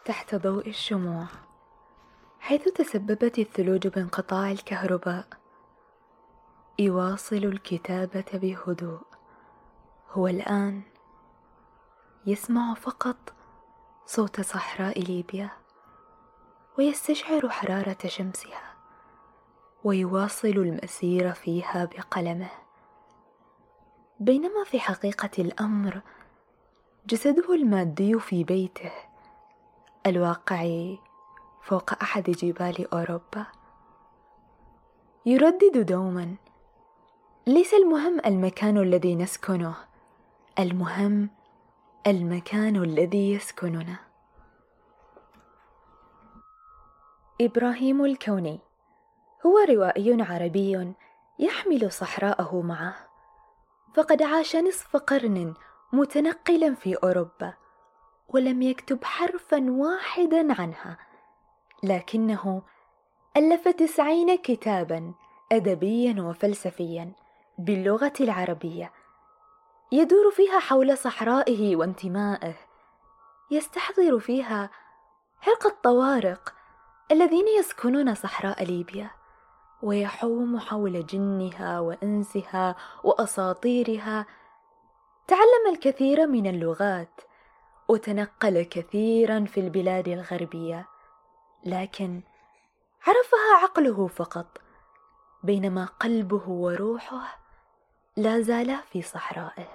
تحت ضوء الشموع، حيث تسببت الثلوج بانقطاع الكهرباء، يواصل الكتابة بهدوء. هو الآن يسمع فقط صوت صحراء ليبيا، ويستشعر حرارة شمسها، ويواصل المسير فيها بقلمه، بينما في حقيقة الأمر جسده المادي في بيته الواقع فوق أحد جبال أوروبا. يردد دوما: ليس المهم المكان الذي نسكنه، المهم المكان الذي يسكننا. إبراهيم الكوني هو روائي عربي يحمل صحراءه معه، فقد عاش نصف قرن متنقلا في أوروبا، ولم يكتب حرفا واحدا عنها، لكنه ألف 90 كتابا أدبيا وفلسفيا باللغة العربية، يدور فيها حول صحرائه وانتمائه، يستحضر فيها حرق الطوارق الذين يسكنون صحراء ليبيا، ويحوم حول جنها وإنسها وأساطيرها. تعلم الكثير من اللغات، وتنقل كثيرا في البلاد الغربية، لكن عرفها عقله فقط، بينما قلبه وروحه لا زالا في صحرائه.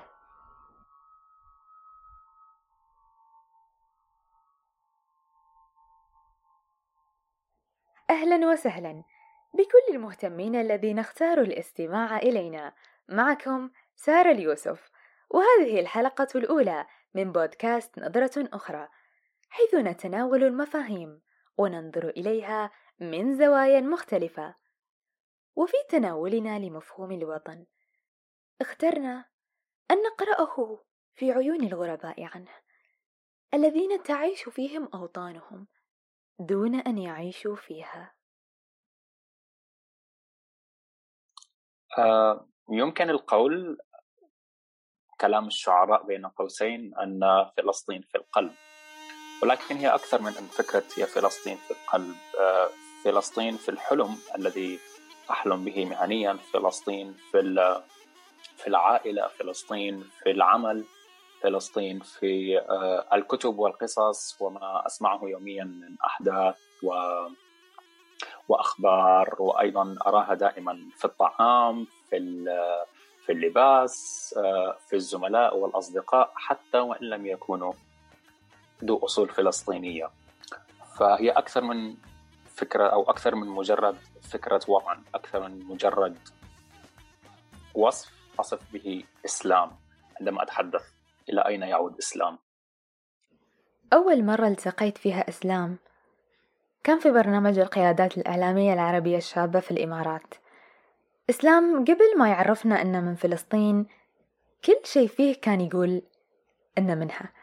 أهلا وسهلا بكل المهتمين الذين اختاروا الاستماع إلينا. معكم سارة اليوسف، وهذه الحلقة الأولى من بودكاست نظرة أخرى، حيث نتناول المفاهيم وننظر إليها من زوايا مختلفة. وفي تناولنا لمفهوم الوطن اخترنا أن نقرأه في عيون الغرباء عنه، الذين تعيش فيهم أوطانهم دون أن يعيشوا فيها. يمكن القول كلام الشعراء بين قوسين أن فلسطين في القلب، ولكن هي أكثر من أن فكرة هي فلسطين في القلب. فلسطين في الحلم الذي أحلم به مهنيا، فلسطين في العائلة، فلسطين في العمل، فلسطين في الكتب والقصص وما أسمعه يوميا من أحداث وأخبار، وأيضا أراها دائما في الطعام، في اللباس، في الزملاء والأصدقاء، حتى وإن لم يكونوا ذو أصول فلسطينية. فهي أكثر من فكرة، أو أكثر من مجرد فكرة وطن، أكثر من مجرد وصف أصف به إسلام. عندما أتحدث إلى أين يعود إسلام؟ أول مرة التقيت فيها إسلام كان في برنامج القيادات الإعلامية العربية الشابة في الإمارات. إسلام قبل ما يعرفنا أنه من فلسطين كل شيء فيه كان يقول أنه منها،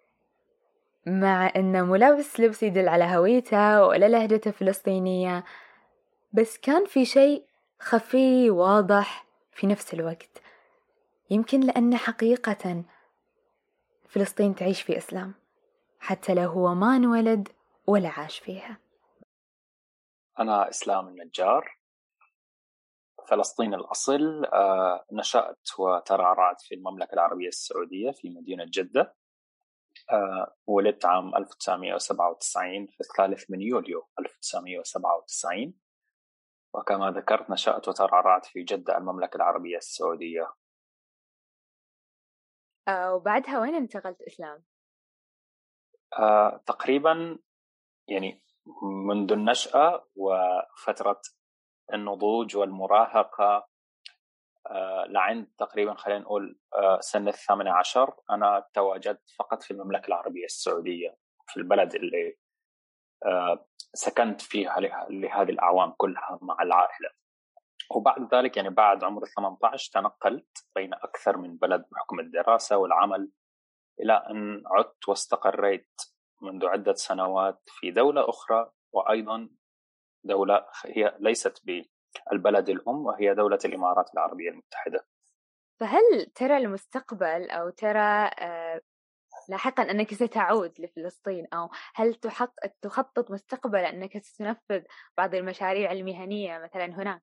مع أنه ملابس لبس يدل على هويته ولا لهجته فلسطينية، بس كان في شيء خفي واضح في نفس الوقت. يمكن لأن حقيقة فلسطين تعيش في إسلام، حتى لو هو ما انولد ولا عاش فيها. أنا إسلام النجار، فلسطين الأصل. نشأت وترعرعت في المملكة العربية السعودية في مدينة جدة. ولدت عام 1997 في 3 من يوليو 1997، وكما ذكرت نشأت وترعرعت في جدة المملكة العربية السعودية. وبعدها وين انتقلت إسلام؟ تقريبا يعني منذ النشأة وفترة النضوج والمراهقة، لعند تقريبا خلينا نقول سن 18، أنا تواجدت فقط في المملكة العربية السعودية، في البلد اللي سكنت فيها لهذه الأعوام كلها مع العائلة. وبعد ذلك يعني بعد عمر 18 تنقلت بين أكثر من بلد بحكم الدراسة والعمل، إلى أن عدت واستقريت منذ عدة سنوات في دولة أخرى، وأيضا دولة هي ليست بالبلد الأم، وهي دولة الإمارات العربية المتحدة. فهل ترى المستقبل أو ترى لاحقا أنك ستعود لفلسطين، أو هل تخطط مستقبلا أنك ستنفذ بعض المشاريع المهنية مثلا هناك؟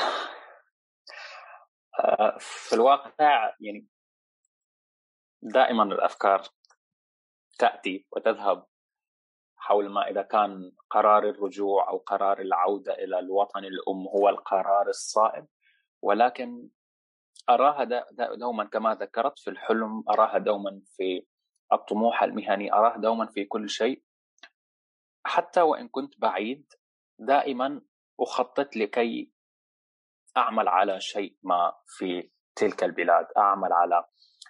في الواقع يعني دائما الأفكار تأتي وتذهب حول ما إذا كان قرار الرجوع أو قرار العودة إلى الوطن الأم هو القرار الصائب، ولكن أراها دوما كما ذكرت في الحلم، أراها دوما في الطموح المهني، أراها دوما في كل شيء. حتى وإن كنت بعيد دائما أخطط لكي أعمل على شيء ما في تلك البلاد، أعمل على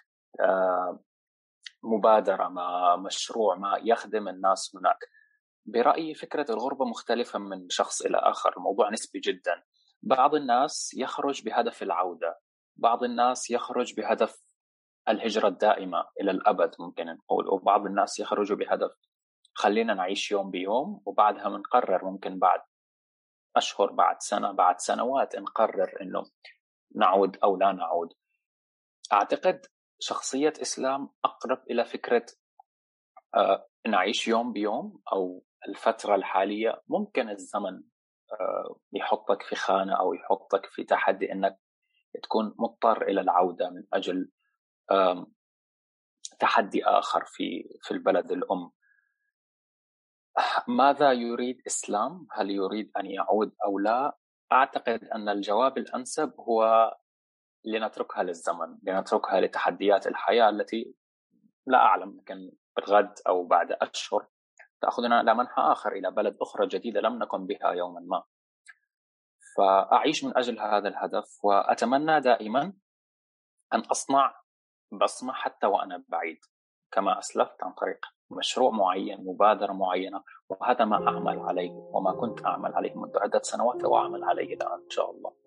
مبادرة ما، مشروع ما يخدم الناس هناك. برأيي فكرة الغربة مختلفة من شخص إلى آخر، الموضوع نسبي جدا. بعض الناس يخرج بهدف العودة، بعض الناس يخرج بهدف الهجرة الدائمة إلى الأبد ممكن نقول، وبعض الناس يخرج بهدف خلينا نعيش يوم بيوم وبعدها منقرر، ممكن بعد أشهر، بعد سنة، بعد سنوات نقرر إنه نعود أو لا نعود. أعتقد شخصية إسلام أقرب إلى فكرة نعيش يوم بيوم، أو الفترة الحالية ممكن الزمن يحطك في خانة أو يحطك في تحدي إنك تكون مضطر إلى العودة من أجل تحدي آخر في البلد الأم. ماذا يريد إسلام؟ هل يريد أن يعود أو لا؟ أعتقد أن الجواب الأنسب هو لنتركها للزمن، لنتركها لتحديات الحياة التي لا أعلم، يمكن غد أو بعد أشهر تأخذنا إلى منحى آخر، إلى بلد أخرى جديدة لم نكن بها يوما ما. فأعيش من أجل هذا الهدف، وأتمنى دائما أن أصنع بصمة حتى وأنا بعيد، كما أسلفت عن طريق مشروع معين، مبادرة معينة، وهذا ما أعمل عليه وما كنت أعمل عليه منذ عدة سنوات وأعمل عليه الآن إن شاء الله.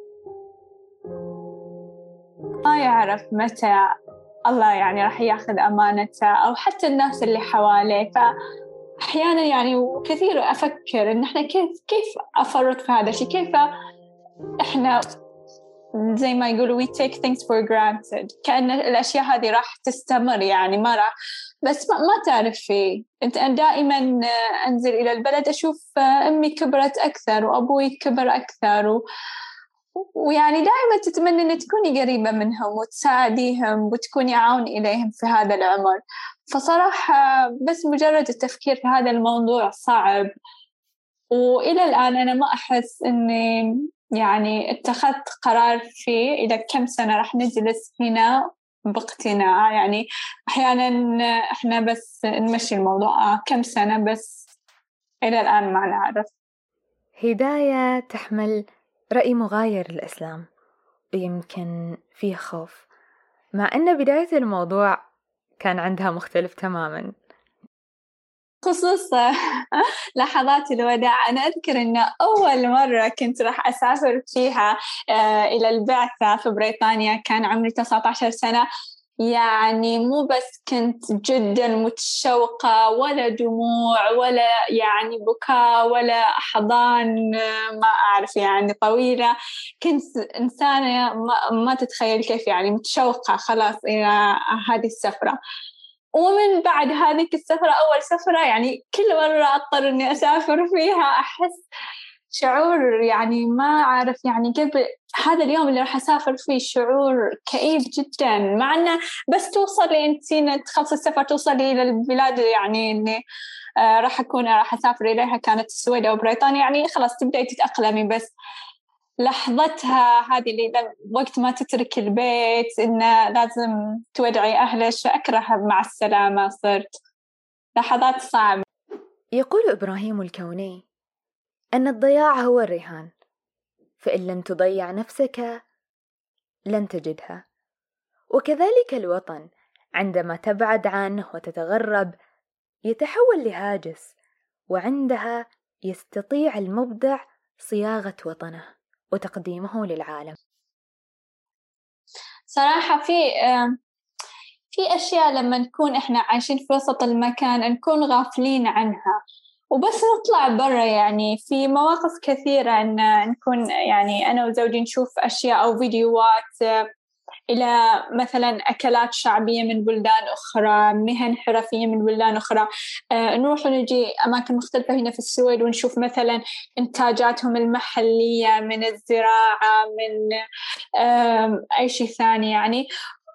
ما يعرف متى الله يعني راح ياخذ أمانته، أو حتى الناس اللي حواليه. فأحيانا يعني وكثير أفكر إن إحنا كيف أفرط في هذا الشيء، كيف إحنا زي ما يقولوا we take things for granted، كأن الأشياء هذه راح تستمر، يعني ما راح، بس ما تعرف شيء. أنا دائما أنزل إلى البلد أشوف أمي كبرت أكثر وأبوي كبر أكثر، ويعني دائما تتمنى أن تكوني قريبة منهم وتساعديهم وتكوني عون إليهم في هذا العمر. فصراحة بس مجرد التفكير في هذا الموضوع صعب، وإلى الآن أنا ما أحس أني يعني اتخذت قرار فيه إذا كم سنة راح نجلس هنا باقتناع. يعني أحيانا إحنا بس نمشي الموضوع كم سنة، بس إلى الآن ما نعرف. هداية تحمل رأي مغاير للإسلام، ويمكن فيه خوف، مع أن بداية الموضوع كان عندها مختلف تماماً. خصوصا لحظات الوداع، أنا أذكر أن أول مرة كنت راح أسافر فيها إلى البعثة في بريطانيا كان عمري 19 سنة. يعني مو بس كنت جدا متشوقة، ولا دموع ولا يعني بكاء ولا أحضان ما أعرف يعني طويلة. كنت إنسانة ما تتخيل كيف يعني متشوقة خلاص إلى هذه السفرة. ومن بعد هذه السفرة، أول سفرة يعني كل مرة أضطر إني أسافر فيها أحس شعور يعني ما أعرف، يعني قبل هذا اليوم اللي راح أسافر فيه شعور كئيب جدا، مع أنه بس توصلي أنتي تخلص السفر توصلي إلى البلاد يعني إني راح أسافر إليها، كانت السويد أو بريطانيا، يعني خلاص تبدأي تتأقلمي. بس لحظتها هذه اللي وقت ما تترك البيت إنه لازم تودعي أهلك، أكره مع السلامة، صرت لحظات صعبة. يقول إبراهيم الكوني أن الضياع هو الرهان، فإن لم تضيع نفسك لن تجدها. وكذلك الوطن عندما تبعد عنه وتتغرب يتحول لهاجس، وعندها يستطيع المبدع صياغة وطنه وتقديمه للعالم. صراحة في أشياء لما نكون إحنا عايشين في وسط المكان نكون غافلين عنها، وبس نطلع برا يعني في مواقف كثيرة أن نكون يعني أنا وزوجي نشوف أشياء أو فيديوهات إلى مثلا أكلات شعبية من بلدان أخرى، مهن حرفية من بلدان أخرى. نروح ونجي أماكن مختلفة هنا في السويد ونشوف مثلا إنتاجاتهم المحلية من الزراعة، من أي شيء ثاني يعني.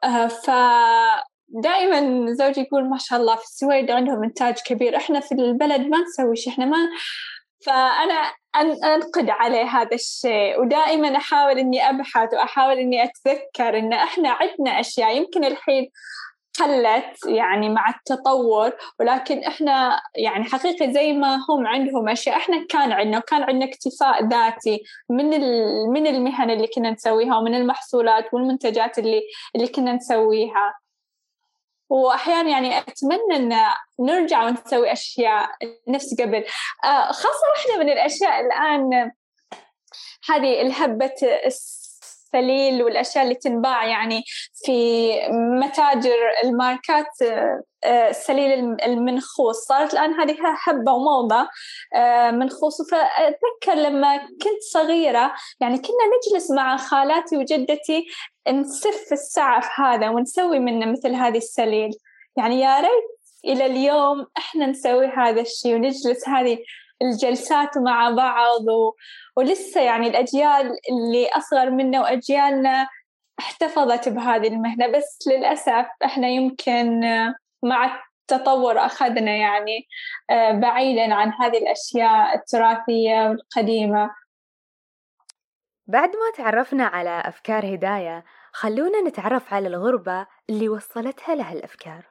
فدائما زوجي يقول ما شاء الله في السويد عندهم إنتاج كبير، إحنا في البلد ما نسوي شيء، إحنا ما. فأنا أنقد عليه هذا الشيء، ودائما أحاول إني أبحث وأحاول إني أتذكر إن إحنا عندنا أشياء يمكن الحين قلت يعني مع التطور، ولكن إحنا يعني حقيقة زي ما هم عندهم أشياء إحنا كان عندنا، وكان عندنا اكتفاء ذاتي من المهن اللي كنا نسويها، ومن المحصولات والمنتجات اللي كنا نسويها. وأحيانا يعني أتمنى أن نرجع ونسوي أشياء نفس قبل. خاصة واحدة من الأشياء الآن هذه الهبة السليل والأشياء اللي تنباع يعني في متاجر الماركات، السليل المنخوص صارت الآن هذه هبة وموضة منخوص. فأتذكر لما كنت صغيرة يعني كنا نجلس مع خالاتي وجدتي نسف السعف هذا ونسوي منه مثل هذه السليل. يعني يا ريت إلى اليوم إحنا نسوي هذا الشيء ونجلس هذه الجلسات مع بعض، ولسه يعني الأجيال اللي أصغر منا وأجيالنا احتفظت بهذه المهنة. بس للأسف إحنا يمكن مع التطور أخذنا يعني بعيدا عن هذه الأشياء التراثية والقديمة. بعد ما تعرفنا على أفكار هداية، خلونا نتعرف على الغربة اللي وصلتها لها الأفكار.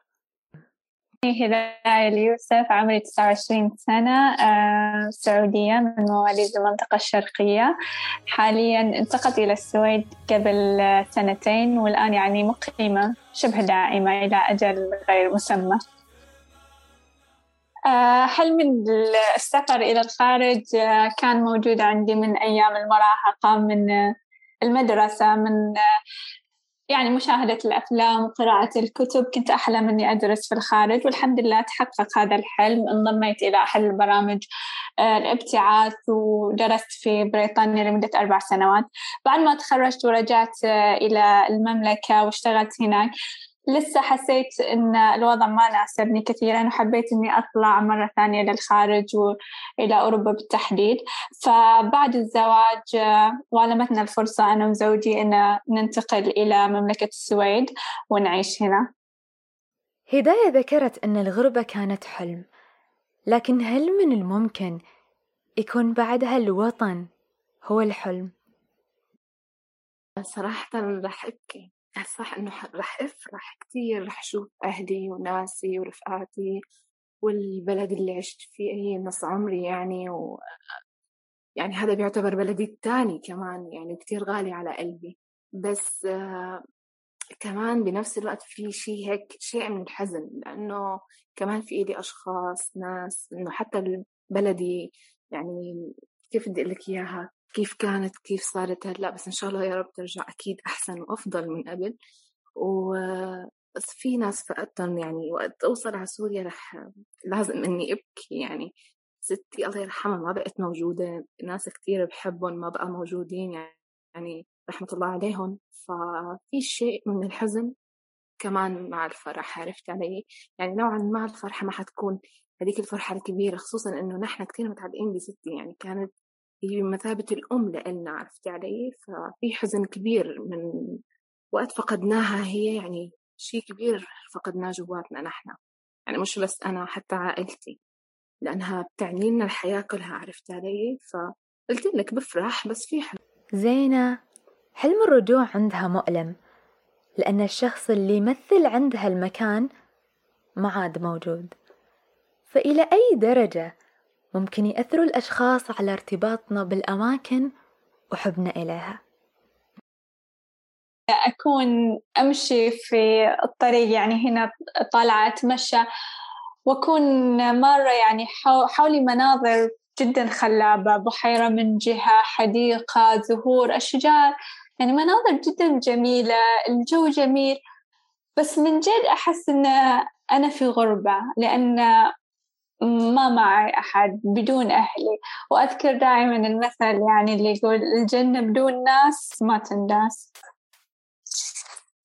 هداية اليوسف، عمري 29 سنة، سعودية من مواليد المنطقة الشرقية. حالياً انتقلت إلى السويد قبل 2 والآن يعني مقيمة شبه دائمة إلى أجل غير مسمى. حلم السفر إلى الخارج كان موجود عندي من أيام المراهقة، من المدرسة، من يعني مشاهدة الأفلام وقراءة الكتب. كنت أحلم أني أدرس في الخارج، والحمد لله تحقق هذا الحلم. انضميت إلى أحد البرامج الابتعاث ودرست في بريطانيا لمدة 4 سنوات. بعد ما تخرجت ورجعت إلى المملكة واشتغلت هناك، لسه حسيت إن الوضع ما ناسبني كثيراً، وحبيت إني أطلع مرة ثانية للخارج وإلى أوروبا بالتحديد. فبعد الزواج والمتنا الفرصة أنا وزوجي إن ننتقل إلى مملكة السويد ونعيش هنا. هداية ذكرت أن الغربة كانت حلم، لكن هل من الممكن يكون بعدها الوطن هو الحلم؟ صراحة راح أبكي، صح إنه راح أفرح كتير، راح أشوف أهلي وناسي ورفقاتي والبلد اللي عشت فيه نص عمري يعني، يعني هذا بيعتبر بلدي الثاني كمان، يعني كتير غالي على قلبي. بس كمان بنفس الوقت في شيء هيك، شيء من الحزن، لأنه كمان في إيدي أشخاص ناس، إنه حتى بلدي يعني كيف بدي أقول لك إياها، كيف كانت كيف صارت هلا، بس إن شاء الله يا رب ترجع أكيد أحسن وأفضل من قبل. بس في ناس فقدتهم، يعني وقت أوصل على سوريا لازم إني أبكي. يعني ستي الله يرحمها ما بقت موجودة، ناس كتير بحبهم ما بقى موجودين يعني رحمة الله عليهم. ففي شيء من الحزن كمان مع الفرح، عرفت علي؟ يعني نوعا ما الفرحة ما حتكون هذيك الفرحة الكبيرة، خصوصا إنه نحن كتير متعلقين بستي، يعني كانت هي بمثابة الأم لإلنا، عرفت علي؟ ففي حزن كبير من وقت فقدناها هي، يعني شيء كبير فقدناه جواتنا نحن، يعني مش بس أنا، حتى عائلتي، لأنها بتعني لنا الحياة كلها، عرفت علي؟ فقلت لك بفرح، بس في حزن. زينة، حلم الرجوع عندها مؤلم، لأن الشخص اللي يمثل عندها المكان ما عاد موجود. فإلى أي درجة ممكن يأثروا الأشخاص على ارتباطنا بالأماكن وحبنا إليها؟ أكون أمشي في الطريق، يعني هنا طالعة أتمشى، وأكون مرة يعني حولي مناظر جدا خلابة، بحيرة من جهة، حديقة، زهور، أشجار، يعني مناظر جدا جميلة، الجو جميل. بس من جد أحس إن أنا في غربة، لأن ما معي أحد، بدون أهلي. وأذكر دائما المثل يعني اللي يقول الجنة بدون ناس ما تنداس.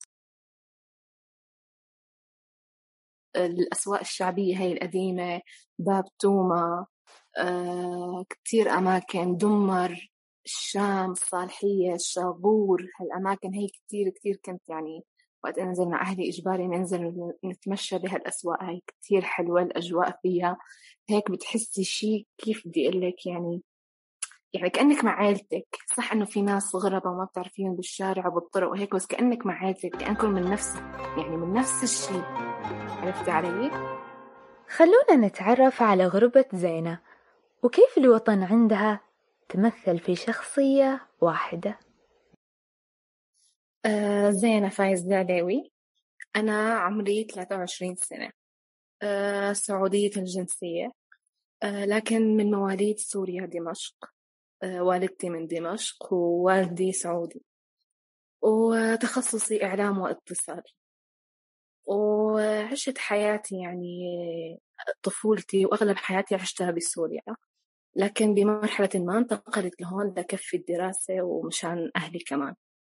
الأسواق الشعبية هاي القديمة، باب توما، كتير أماكن، دمر، الشام، الصالحية، الشاغور. هالأماكن هي كتير كتير كنت يعني وقت أنزل مع أهلي إجباري ننزل نتمشى بهالأسواق هاي. كتير حلوة الأجواء فيها، هيك بتحسي شي كيف بدي أقول لك يعني كأنك مع عائلتك. صح إنه في ناس غربة وما بتعرفيهم بالشارع وبالطرق وهيك، بس كأنك مع عائلتك، كأنكم من نفس يعني من نفس الشيء. عرفتي علي؟ خلونا نتعرف على غربة زينة وكيف الوطن عندها تمثل في شخصية واحدة. زينة فايز دعلاوي، أنا عمري 23 سنة، سعودية الجنسية، لكن من مواليد سوريا دمشق. والدتي من دمشق ووالدي سعودي، وتخصصي إعلام واتصال. وعشت حياتي يعني طفولتي وأغلب حياتي عشتها بسوريا، لكن بمرحلة ما انتقلت لهون لكفي الدراسة ومشان أهلي كمان.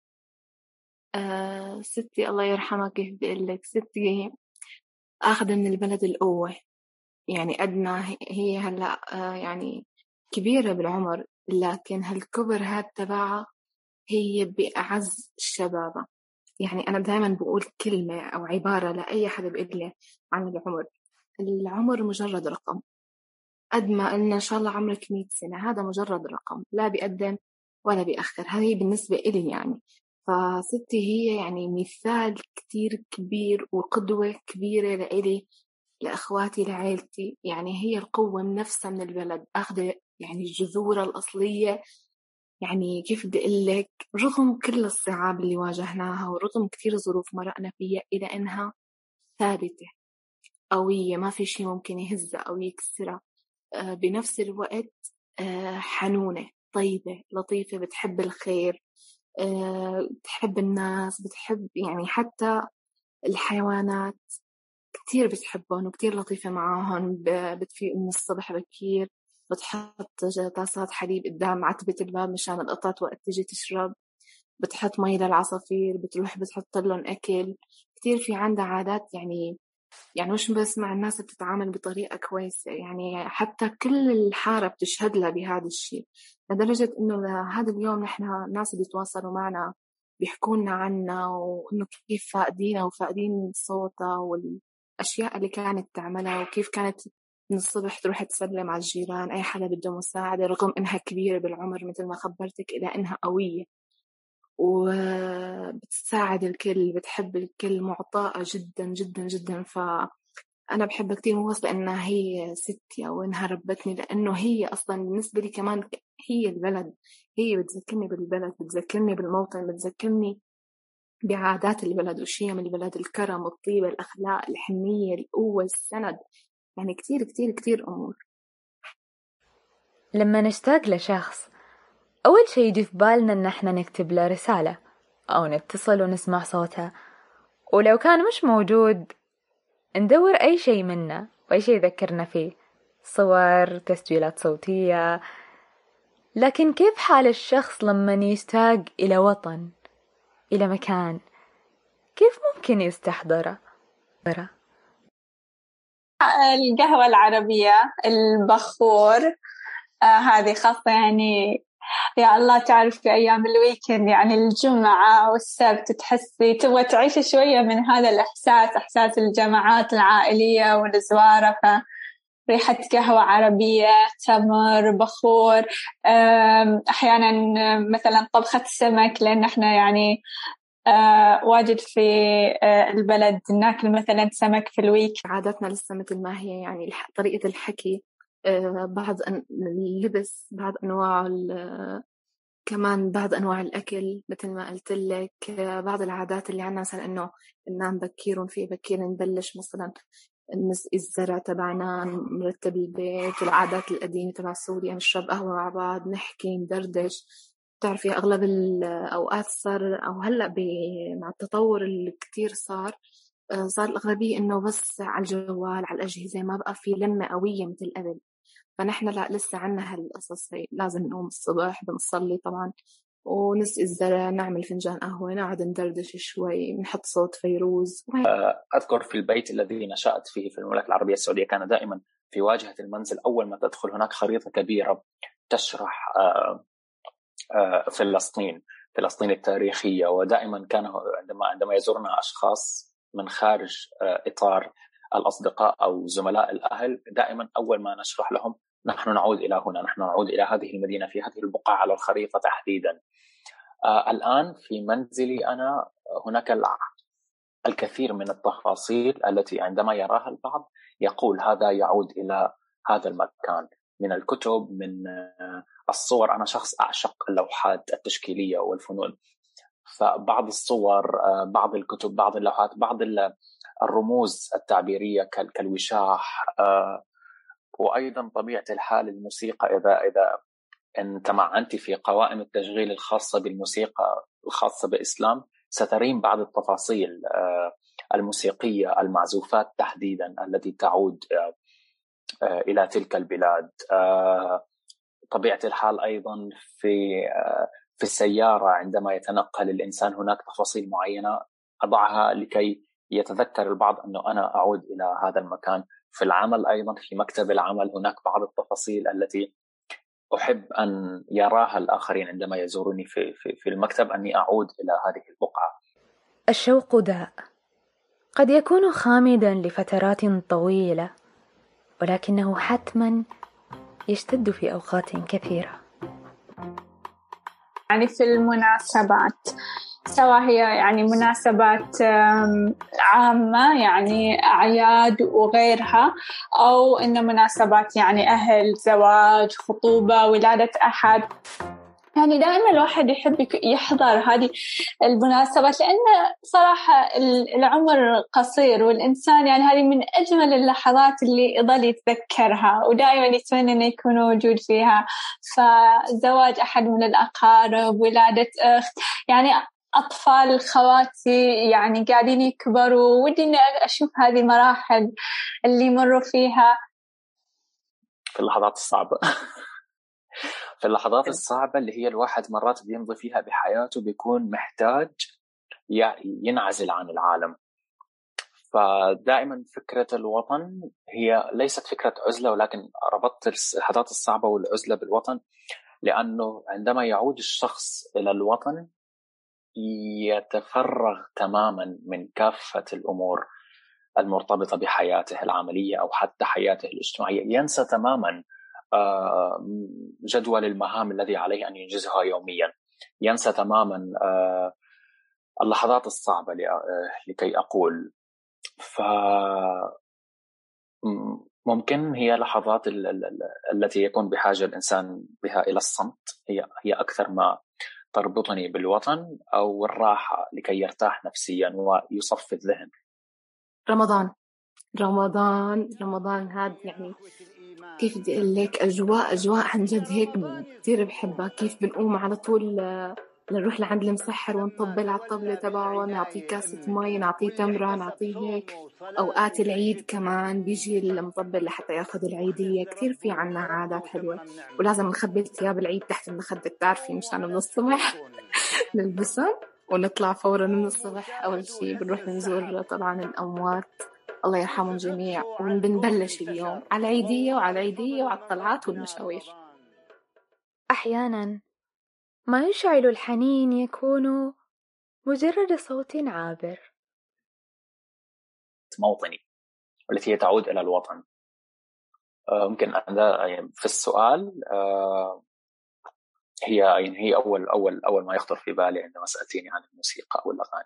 ستي الله يرحمها، كيف بقلك، ستي أخذ من البلد القوة. يعني أدنى هي هلأ يعني كبيرة بالعمر، لكن هالكبر هاد تبعها هي بأعز الشبابة. يعني أنا دائما بقول كلمة أو عبارة لأي حدا بيقول لي عن العمر: العمر مجرد رقم. قد ما قلنا إن شاء الله عمرك 100 سنة، هذا مجرد رقم، لا بيقدم ولا بيأخر. هذه بالنسبة إلي يعني. فستي هي يعني مثال كتير كبير وقدوة كبيرة لإلي، لأخواتي، لعائلتي. يعني هي القوة من نفسها من البلد، أخذ يعني الجذور الأصلية. يعني كيف بدي أقول لك، رغم كل الصعاب اللي واجهناها ورغم كتير ظروف مرقنا فيها، إلى إنها ثابتة قوية، ما في شيء ممكن يهزها أو يكسرها. بنفس الوقت حنونة، طيبة، لطيفة، بتحب الخير، بتحب الناس، بتحب يعني حتى الحيوانات كتير بتحبهم وكتير لطيفة معاهم. بتفيق من الصبح بكير، بتحط طاسات حليب قدام عتبة الباب مشان القطط وقت تيجي تشرب، بتحط مي للعصافير، بتروح بتحط لهم أكل. كتير في عندها عادات يعني مش بس مع الناس بتتعامل بطريقة كويسة، يعني حتى كل الحارة بتشهد لها بهذا الشيء. لدرجة إنه هذا اليوم نحن الناس اللي يتواصلوا معنا بيحكوا لنا عنا، وإنه كيف فاقدينها وفاقدين صوتها والأشياء اللي كانت تعملها، وكيف كانت من الصبح تروح تسلم على الجيران، أي حدا بده مساعدة، رغم إنها كبيرة بالعمر مثل ما خبرتك، إلى إنها قوية وبتساعد الكل، بتحب الكل، معطاءة جدا جدا جدا. فأنا بحبها كتير، مو بس لأنها هي ستي أو إنها ربتني، لأنه هي أصلا بالنسبة لي كمان هي البلد. هي بتذكرني بالبلد، بتذكرني بالموطن، بتذكرني بعادات البلد وشيم البلد: الكرم، الطيبة، الأخلاق، الحنية، القوة، السند. يعني كتير كتير كتير أمور. لما نشتاق لشخص، أول شي يجي في بالنا إن احنا نكتب له رسالة أو نتصل ونسمع صوتها، ولو كان مش موجود ندور أي شي منه وأي شي يذكرنا فيه، صور، تسجيلات صوتية. لكن كيف حال الشخص لما يشتاق إلى وطن، إلى مكان؟ كيف ممكن يستحضره؟ القهوة العربية، البخور، هذه خاصة يعني. يا الله، تعرف في أيام الويكند يعني الجمعة والسبت تحسي تبغى تعيش شوية من هذا الإحساس، إحساس الجمعات العائلية والزوارة. فريحة قهوة عربية، تمر، بخور، أحيانا مثلا طبخة سمك، لأن احنا يعني واجد في البلد ناكل مثلا سمك في الويك. عاداتنا لسه مثل ما هي، يعني طريقة الحكي، بعض اللبس، بعض أنواع كمان بعض أنواع الأكل مثل ما قلت لك، بعض العادات اللي عنا مثلا إنه ننام بكير ونفيق بكير، نبلش مثلا نسقي الزرع تبعنا، نرتب البيت، والعادات القديمة تبع سوريا، نشرب قهوة مع بعض، نحكي، ندردش. بتعرفي أغلب الأوقات صار، أو هلأ مع التطور اللي كتير صار الأغلبية إنه بس على الجوال، على الأجهزة، ما بقى في لمة قوية مثل قبل. فنحن لا، لسه عنا هالقصص هي. لازم نقوم الصبح بنصلي طبعا، ونسقي الزرع، نعمل فنجان قهوة، نقعد ندردش شوي، نحط صوت فيروز. أذكر في البيت الذي نشأت فيه في المملكة العربية السعودية كان دائما في واجهة المنزل أول ما تدخل هناك خريطة كبيرة تشرح فلسطين التاريخية. ودائما كان عندما يزورنا أشخاص من خارج إطار الأصدقاء أو زملاء الأهل، دائما أول ما نشرح لهم نحن نعود إلى هنا، نحن نعود إلى هذه المدينة في هذه البقعة على الخريطة تحديدا. الآن في منزلي أنا هناك الكثير من التفاصيل التي عندما يراها البعض يقول هذا يعود إلى هذا المكان، من الكتب، من الصور. أنا شخص أعشق اللوحات التشكيلية والفنون، فبعض الصور، بعض الكتب، بعض اللوحات، بعض الرموز التعبيرية كالوشاح، وأيضا طبيعة الحال الموسيقى. إذا أن تمعنت في قوائم التشغيل الخاصة بالموسيقى الخاصة بإسلام سترين بعض التفاصيل الموسيقية، المعزوفات تحديدا التي تعود إلى تلك البلاد. طبيعة الحال أيضا في السيارة عندما يتنقل الإنسان هناك تفاصيل معينة أضعها لكي يتذكر البعض أنه أنا أعود إلى هذا المكان. في العمل أيضا، في مكتب العمل هناك بعض التفاصيل التي أحب أن يراها الآخرين عندما يزوروني في المكتب، أني أعود إلى هذه البقعة. الشوق داء قد يكون خامدا لفترات طويلة، ولكنه حتما يشتد في أوقات كثيرة. يعني في المناسبات، سواء هي يعني مناسبات عامة يعني أعياد وغيرها، أو إن مناسبات يعني أهل، زواج، خطوبة، ولادة أحد، يعني دائما الواحد يحب يحضر هذه المناسبات، لأن صراحة العمر قصير، والإنسان يعني هذه من أجمل اللحظات اللي يضل يتذكرها ودائما يتمنى أن يكون موجود فيها. فزواج أحد من الأقارب، ولادة أخت، يعني أطفال خواتي يعني قاعدين يكبروا، ودي أن أشوف هذه المراحل اللي مروا فيها في اللحظات الصعبة. في اللحظات الصعبة اللي هي الواحد مرات بيمضي فيها بحياته بيكون محتاج ينعزل عن العالم. فدائما فكرة الوطن هي ليست فكرة عزلة، ولكن ربطت اللحظات الصعبة والعزلة بالوطن، لأنه عندما يعود الشخص إلى الوطن يتفرغ تماما من كافة الأمور المرتبطة بحياته العملية أو حتى حياته الاجتماعية، ينسى تماما جدول المهام الذي عليه أن ينجزها يوميا، ينسى تماما اللحظات الصعبة لكي أقول. فممكن هي لحظات التي يكون بحاجة الإنسان بها إلى الصمت، هي أكثر ما تربطني بالوطن، أو الراحة لكي يرتاح نفسيا ويصفي الذهن. رمضان هذا يعني كيف بدي أقول لك، أجواء عن جد هيك كتير بحبها. كيف بنقوم على طول نروح لعند المسحر ونطبل على الطبلة تبعه، نعطيه كاسة مي، نعطيه تمرة، نعطيه هيك. أوقات العيد كمان بيجي المطبل لحتى ياخذ العيدية. كتير في عنا عادات حلوة، ولازم نخبي ثياب العيد تحت المخدة، تعرفي، مشان من الصبح نلبسها ونطلع فورا من الصبح. أول شيء بنروح نزور طبعا الأموات، الله يرحمهم جميع، وبنبلش اليوم على العيدية وعلى الطلعات والمشاوير. أحيانا ما يشعل الحنين يكون مجرد صوت عابر. موطني والتي تعود إلى الوطن. ممكن في السؤال هي أول ما يخطر في بالي عندما سألتيني عن الموسيقى أو الأغاني.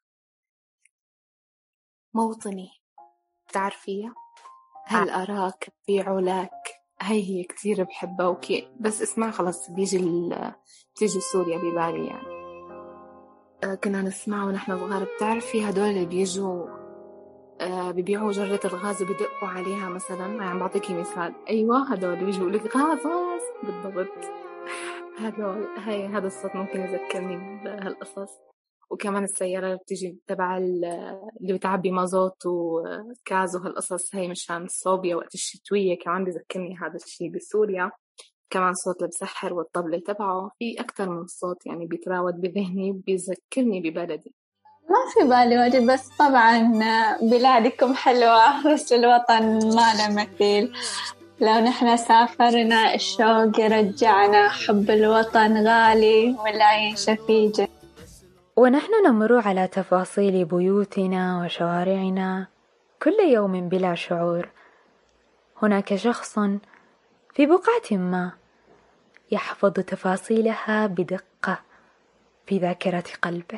موطني، تعرفيها؟ هل أراك في علاك؟ هي كتير بحبها. وكي بس اسمع خلاص بتيجي سوريا ببالي. يعني كنا نسمع ونحن صغار. بتعرفي هدول اللي بيجوا بيبيعوا جرة الغاز وبيدقوا عليها مثلا؟ يعني بعطيكي مثال. أيوة، هدول اللي بيجوا لك غاز بالضبط. هذا الصوت ممكن يذكرني بهالقصص. وكمان السيارة اللي بتيجي تبع اللي بتعبي مازوت وكاز وهالقصص، هي مشان الصوبيا وقت الشتوية، كمان بيذكرني هذا الشيء بسوريا. كمان صوت البسحر والطبلة تبعه، في أكتر من صوت يعني بيتراود بذهني بيذكرني ببلدي. ما في بالي واجد، بس طبعا بلادكم حلوة بس الوطن ما له مثيل. لو نحن سافرنا الشوق يرجعنا، حب الوطن غالي والعيش فيه جنة. ونحن نمر على تفاصيل بيوتنا وشوارعنا كل يوم بلا شعور. هناك شخص في بقعة ما يحفظ تفاصيلها بدقة في ذاكرة قلبه.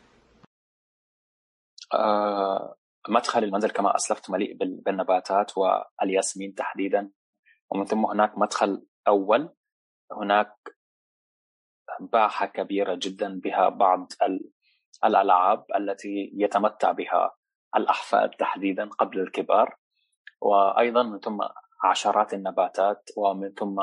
مدخل المنزل كما أسلفت مليء بالنباتات والياسمين تحديدا، ومن ثم هناك مدخل أول، هناك باحة كبيرة جدا بها بعض الألعاب التي يتمتع بها الأحفاد تحديدا قبل الكبار، وأيضا من ثم عشرات النباتات، ومن ثم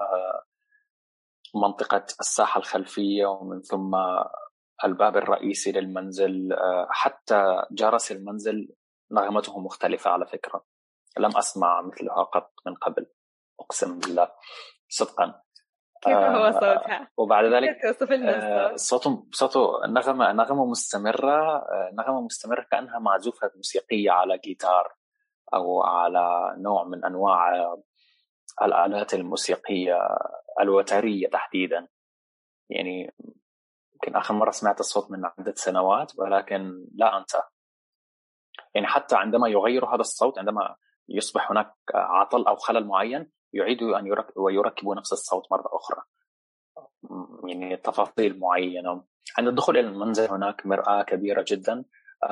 منطقة الساحة الخلفية، ومن ثم الباب الرئيسي للمنزل. حتى جرس المنزل نغمته مختلفة على فكرة، لم أسمع مثلها قط من قبل، أقسم بالله صدقا. كيف هو صوتها؟ وبعد ذلك توصف لنا الصوت؟ صوته نغمة مستمرة كأنها معزوفة موسيقية على جيتار أو على نوع من أنواع الآلات الموسيقية الوترية تحديدا. يعني يمكن آخر مرة سمعت الصوت من عدة سنوات، ولكن لا أنسى. يعني حتى عندما يغير هذا الصوت، عندما يصبح هناك عطل أو خلل معين، يعيدوا أن يركبوا نفس الصوت مرة أخرى. يعني تفاصيل معينة. عند الدخول إلى المنزل هناك مرآة كبيرة جدا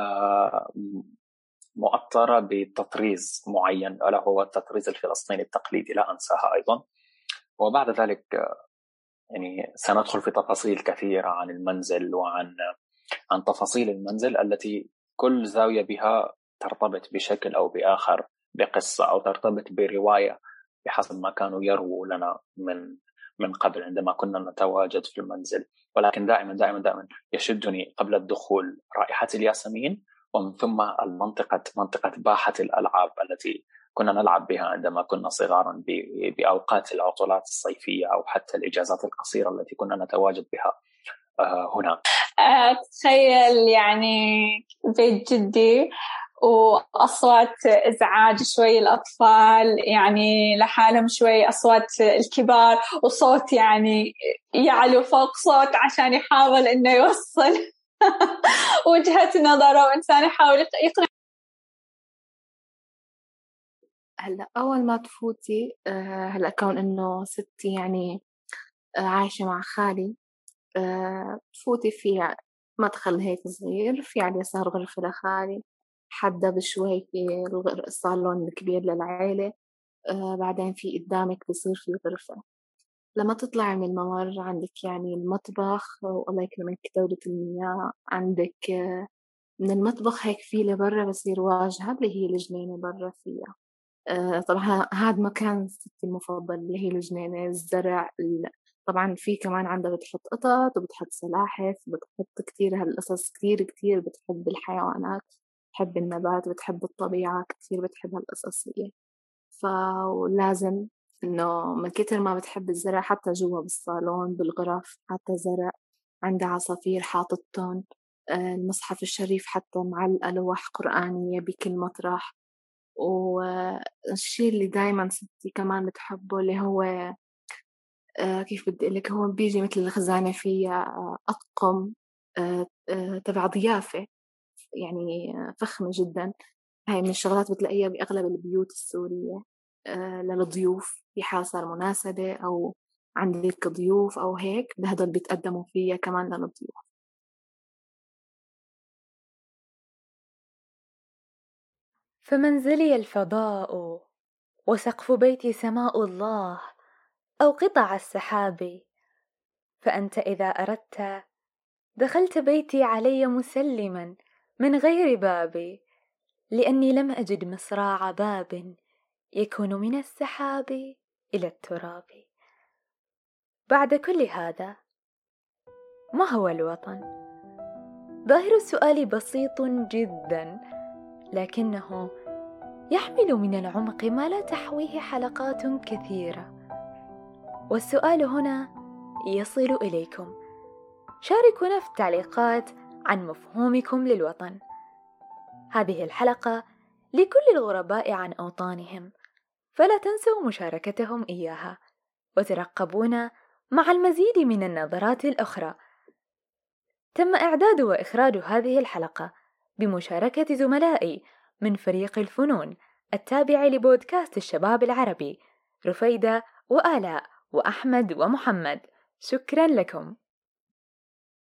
مؤطرة بتطريز معين، ألا هو التطريز الفلسطيني التقليدي، لا أنساها أيضا. وبعد ذلك يعني سندخل في تفاصيل كثيرة عن المنزل وعن تفاصيل المنزل التي كل زاوية بها ترتبط بشكل أو بآخر بقصة، أو ترتبط برواية بحسب ما كانوا يرووا لنا من قبل عندما كنا نتواجد في المنزل. ولكن دائما دائما دائما يشدني قبل الدخول رائحة الياسمين، ومن ثم منطقة باحة الألعاب التي كنا نلعب بها عندما كنا صغارا بأوقات العطلات الصيفية أو حتى الإجازات القصيرة التي كنا نتواجد بها هنا. أتخيل يعني بيت جدي وأصوات إزعاج شوي الأطفال، يعني لحالهم شوي أصوات الكبار، وصوت يعني يعلو فوق صوت عشان يحاول إنه يوصل وجهة نظره، وإنسان يحاول يقنع. هلا أول ما تفوتي هلا كون إنه ستي يعني عايشة مع خالي، تفوتي في مدخل هيك صغير، في على اليسار غرفة لخالي، حدا بشوي في الصالون الكبير للعيلة، بعدين في قدامك بصير في غرفة. لما تطلع من الممر عندك يعني المطبخ، والله يكرمك دورة المياه عندك. من المطبخ هيك في لبرا بصير واجهة اللي هي الجنينة برا فيها. طبعا هذا مكان ستي المفضل اللي هي الجنينة، الزرع. طبعا في كمان عندها بتحط قطط وبتحط سلاحف، بتحط كتير هالقصص، كتير كتير بتحب الحيوانات، بتحب النبات، بتحب الطبيعة كتير، بتحب هالقصص هي. فلازم إنه من كتر ما بتحب الزرع، حتى جوا بالصالون بالغرف حتى زرع، عندها عصافير حاطتهم، المصحف الشريف حتى معلقة لوح قرآنية بكل مطرح. والشيء اللي دايما ستي كمان بتحبه اللي هو كيف بدي أقولك، هو بيجي مثل الخزانة فيها أطقم تبع ضيافة، يعني فخمة جدا. هاي من الشغلات بتلاقيها بأغلب البيوت السورية للضيوف، في حال صار مناسبة أو عندك ضيوف أو هيك، بهدول بيتقدموا فيها كمان للضيوف. فمنزلي الفضاء، وسقف بيتي سماء الله، أو قطع السحاب. فأنت إذا أردت دخلت بيتي علي مسلما من غير باب، لأني لم أجد مصراع باب يكون من السحاب إلى التراب. بعد كل هذا، ما هو الوطن؟ ظاهر السؤال بسيط جدا، لكنه يحمل من العمق ما لا تحويه حلقات كثيرة. والسؤال هنا يصل إليكم. شاركونا في التعليقات عن مفهومكم للوطن. هذه الحلقة لكل الغرباء عن أوطانهم، فلا تنسوا مشاركتهم إياها، وترقبونا مع المزيد من النظرات الأخرى. تم إعداد وإخراج هذه الحلقة بمشاركة زملائي من فريق الفنون التابع لبودكاست الشباب العربي، رفيدة وآلاء وأحمد ومحمد. شكرا لكم.